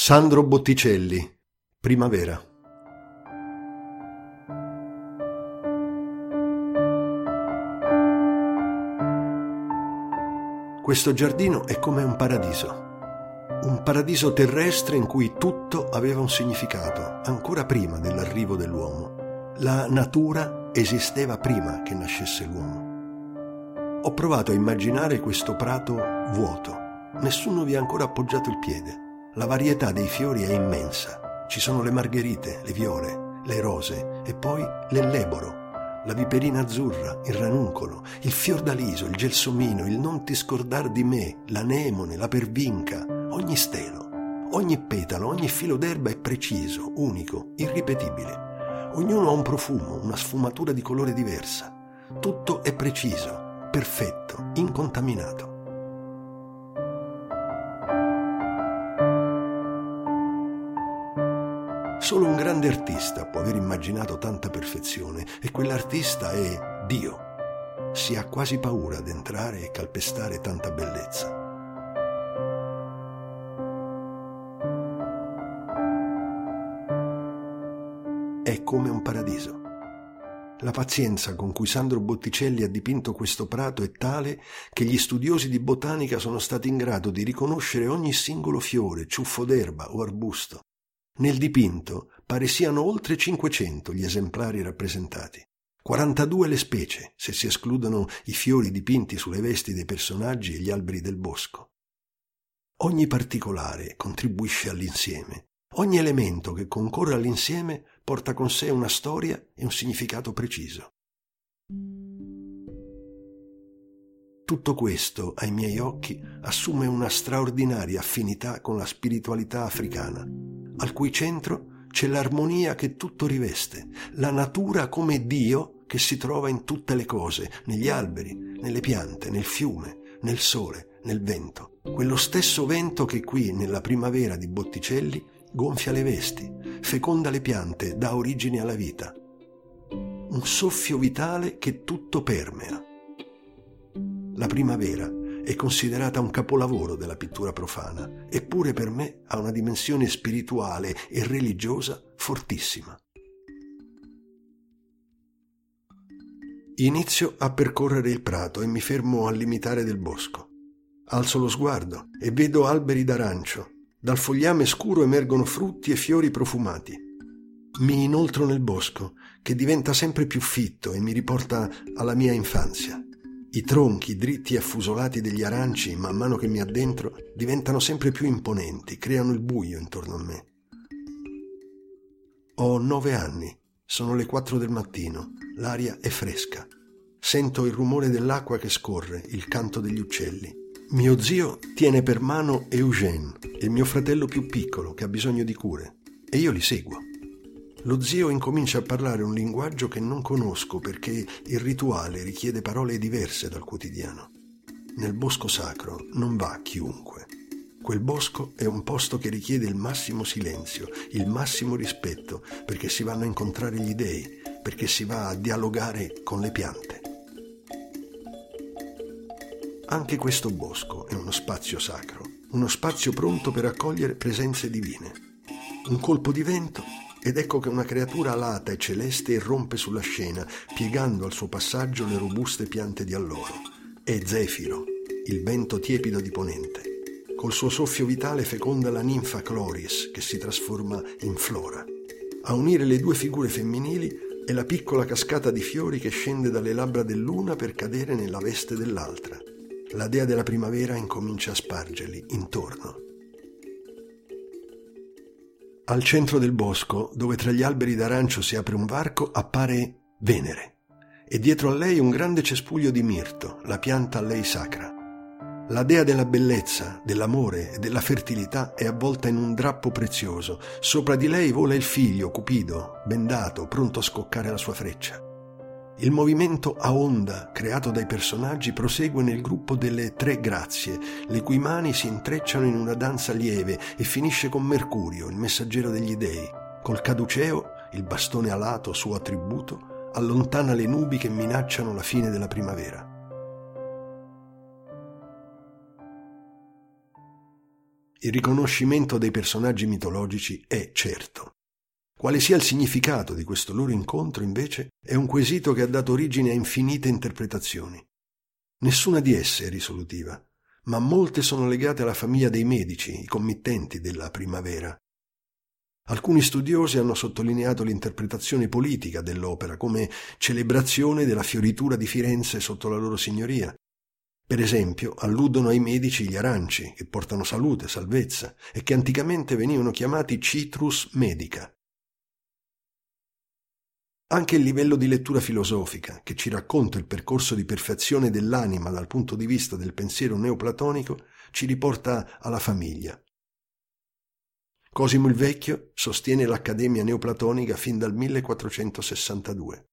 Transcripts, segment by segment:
Sandro Botticelli, Primavera. Questo giardino è come un paradiso terrestre in cui tutto aveva un significato, ancora prima dell'arrivo dell'uomo. La natura esisteva prima che nascesse l'uomo. Ho provato a immaginare questo prato vuoto. Nessuno vi ha ancora appoggiato il piede. La varietà dei fiori è immensa. Ci sono le margherite, le viole, le rose e poi l'elleboro, la viperina azzurra, il ranuncolo, il fiordaliso, il gelsomino, il non ti scordar di me, l'anemone, la pervinca, ogni stelo, ogni petalo, ogni filo d'erba è preciso, unico, irripetibile. Ognuno ha un profumo, una sfumatura di colore diversa. Tutto è preciso, perfetto, incontaminato. Solo un grande artista può aver immaginato tanta perfezione e quell'artista è Dio. Si ha quasi paura ad entrare e calpestare tanta bellezza. È come un paradiso. La pazienza con cui Sandro Botticelli ha dipinto questo prato è tale che gli studiosi di botanica sono stati in grado di riconoscere ogni singolo fiore, ciuffo d'erba o arbusto. Nel dipinto pare siano oltre 500 gli esemplari rappresentati, 42 le specie, se si escludono i fiori dipinti sulle vesti dei personaggi e gli alberi del bosco. Ogni particolare contribuisce all'insieme, ogni elemento che concorre all'insieme porta con sé una storia e un significato preciso. Tutto questo, ai miei occhi, assume una straordinaria affinità con la spiritualità africana, al cui centro c'è l'armonia che tutto riveste, la natura come Dio che si trova in tutte le cose, negli alberi, nelle piante, nel fiume, nel sole, nel vento. Quello stesso vento che qui, nella primavera di Botticelli, gonfia le vesti, feconda le piante, dà origine alla vita. Un soffio vitale che tutto permea. La primavera è considerata un capolavoro della pittura profana, eppure per me ha una dimensione spirituale e religiosa fortissima. Inizio a percorrere il prato e mi fermo al limitare del bosco. Alzo lo sguardo e vedo alberi d'arancio. Dal fogliame scuro emergono frutti e fiori profumati. Mi inoltro nel bosco, che diventa sempre più fitto e mi riporta alla mia infanzia. I tronchi dritti e affusolati degli aranci, man mano che mi addentro, diventano sempre più imponenti, creano il buio intorno a me. Ho 9 anni, sono le 4 del mattino, l'aria è fresca. Sento il rumore dell'acqua che scorre, il canto degli uccelli. Mio zio tiene per mano Eugène, il mio fratello più piccolo che ha bisogno di cure, e io li seguo. Lo zio incomincia a parlare un linguaggio che non conosco perché il rituale richiede parole diverse dal quotidiano. Nel bosco sacro non va chiunque. Quel bosco è un posto che richiede il massimo silenzio, il massimo rispetto, perché si vanno a incontrare gli dei, perché si va a dialogare con le piante. Anche questo bosco è uno spazio sacro, uno spazio pronto per accogliere presenze divine. Un colpo di vento ed ecco che una creatura alata e celeste irrompe sulla scena, piegando al suo passaggio le robuste piante di alloro. È Zefiro, il vento tiepido di ponente. Col suo soffio vitale feconda la ninfa Chloris, che si trasforma in Flora. A unire le due figure femminili è la piccola cascata di fiori che scende dalle labbra dell'una per cadere nella veste dell'altra. La dea della primavera incomincia a spargerli intorno. Al centro del bosco, dove tra gli alberi d'arancio si apre un varco, appare Venere e dietro a lei un grande cespuglio di mirto, la pianta a lei sacra. La dea della bellezza, dell'amore e della fertilità è avvolta in un drappo prezioso. Sopra di lei vola il figlio, Cupido, bendato, pronto a scoccare la sua freccia. Il movimento a onda creato dai personaggi prosegue nel gruppo delle 3 grazie, le cui mani si intrecciano in una danza lieve e finisce con Mercurio, il messaggero degli dei. Col caduceo, il bastone alato suo attributo, allontana le nubi che minacciano la fine della primavera. Il riconoscimento dei personaggi mitologici è certo. Quale sia il significato di questo loro incontro, invece, è un quesito che ha dato origine a infinite interpretazioni. Nessuna di esse è risolutiva, ma molte sono legate alla famiglia dei Medici, i committenti della primavera. Alcuni studiosi hanno sottolineato l'interpretazione politica dell'opera come celebrazione della fioritura di Firenze sotto la loro signoria. Per esempio, alludono ai Medici gli aranci, che portano salute, salvezza, e che anticamente venivano chiamati citrus medica. Anche il livello di lettura filosofica, che ci racconta il percorso di perfezione dell'anima dal punto di vista del pensiero neoplatonico, ci riporta alla famiglia. Cosimo il Vecchio sostiene l'Accademia Neoplatonica fin dal 1462.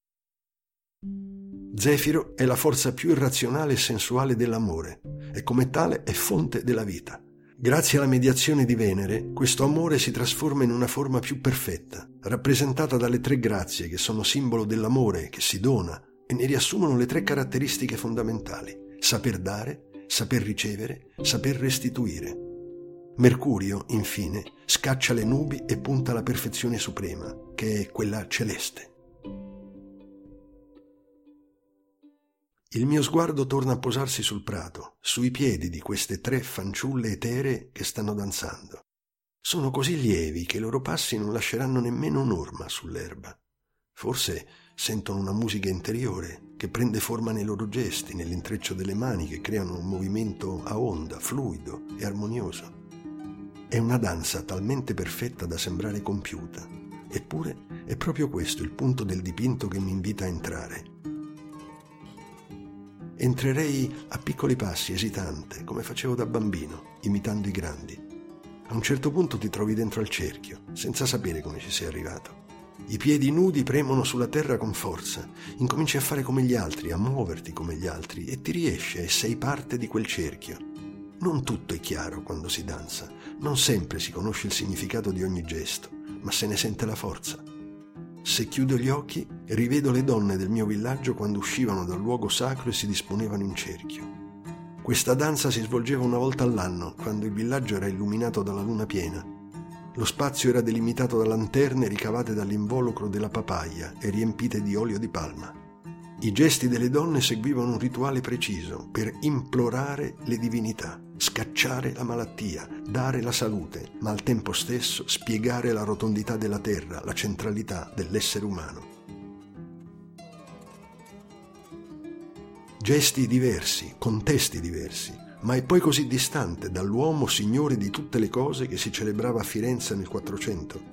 Zefiro è la forza più irrazionale e sensuale dell'amore e come tale è fonte della vita. Grazie alla mediazione di Venere, questo amore si trasforma in una forma più perfetta, rappresentata dalle 3 grazie che sono simbolo dell'amore che si dona e ne riassumono le 3 caratteristiche fondamentali: saper dare, saper ricevere, saper restituire. Mercurio, infine, scaccia le nubi e punta alla perfezione suprema, che è quella celeste. Il mio sguardo torna a posarsi sul prato, sui piedi di queste 3 fanciulle eteree che stanno danzando. Sono così lievi che i loro passi non lasceranno nemmeno un'orma sull'erba. Forse sentono una musica interiore che prende forma nei loro gesti, nell'intreccio delle mani che creano un movimento a onda, fluido e armonioso. È una danza talmente perfetta da sembrare compiuta. Eppure è proprio questo il punto del dipinto che mi invita a entrare. Entrerei a piccoli passi, esitante, come facevo da bambino, imitando i grandi. A un certo punto ti trovi dentro al cerchio, senza sapere come ci sei arrivato. I piedi nudi premono sulla terra con forza, incominci a fare come gli altri, a muoverti come gli altri, e ti riesce e sei parte di quel cerchio. Non tutto è chiaro quando si danza, non sempre si conosce il significato di ogni gesto, ma se ne sente la forza. Se chiudo gli occhi, rivedo le donne del mio villaggio quando uscivano dal luogo sacro e si disponevano in cerchio. Questa danza si svolgeva una volta all'anno, quando il villaggio era illuminato dalla luna piena. Lo spazio era delimitato da lanterne ricavate dall'involucro della papaya e riempite di olio di palma. I gesti delle donne seguivano un rituale preciso per implorare le divinità, scacciare la malattia, dare la salute, ma al tempo stesso spiegare la rotondità della terra, la centralità dell'essere umano. Gesti diversi, contesti diversi, ma è poi così distante dall'uomo signore di tutte le cose che si celebrava a Firenze nel 400.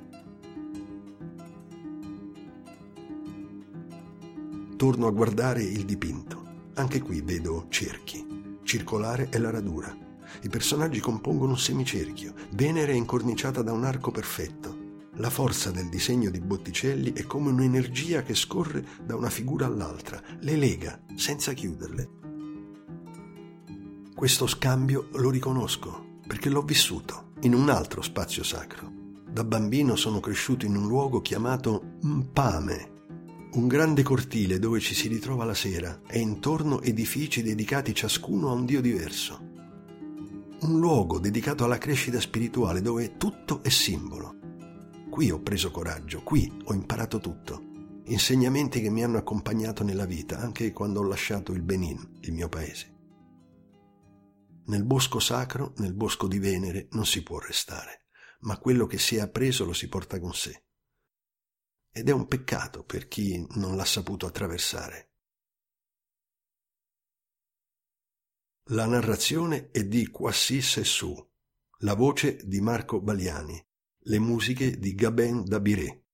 Torno a guardare il dipinto. Anche qui vedo cerchi. Circolare è la radura. I personaggi compongono un semicerchio. Venere è incorniciata da un arco perfetto. La forza del disegno di Botticelli è come un'energia che scorre da una figura all'altra, le lega senza chiuderle. Questo scambio lo riconosco perché l'ho vissuto in un altro spazio sacro. Da bambino sono cresciuto in un luogo chiamato Mpame, un grande cortile dove ci si ritrova la sera e intorno edifici dedicati ciascuno a un dio diverso. Un luogo dedicato alla crescita spirituale dove tutto è simbolo. Qui ho preso coraggio, qui ho imparato tutto. Insegnamenti che mi hanno accompagnato nella vita, anche quando ho lasciato il Benin, il mio paese. Nel bosco sacro, nel bosco di Venere, non si può restare, ma quello che si è appreso lo si porta con sé. Ed è un peccato per chi non l'ha saputo attraversare. La narrazione è di Kwasi Sessou, la voce di Marco Baliani, le musiche di Gaben Dabiré.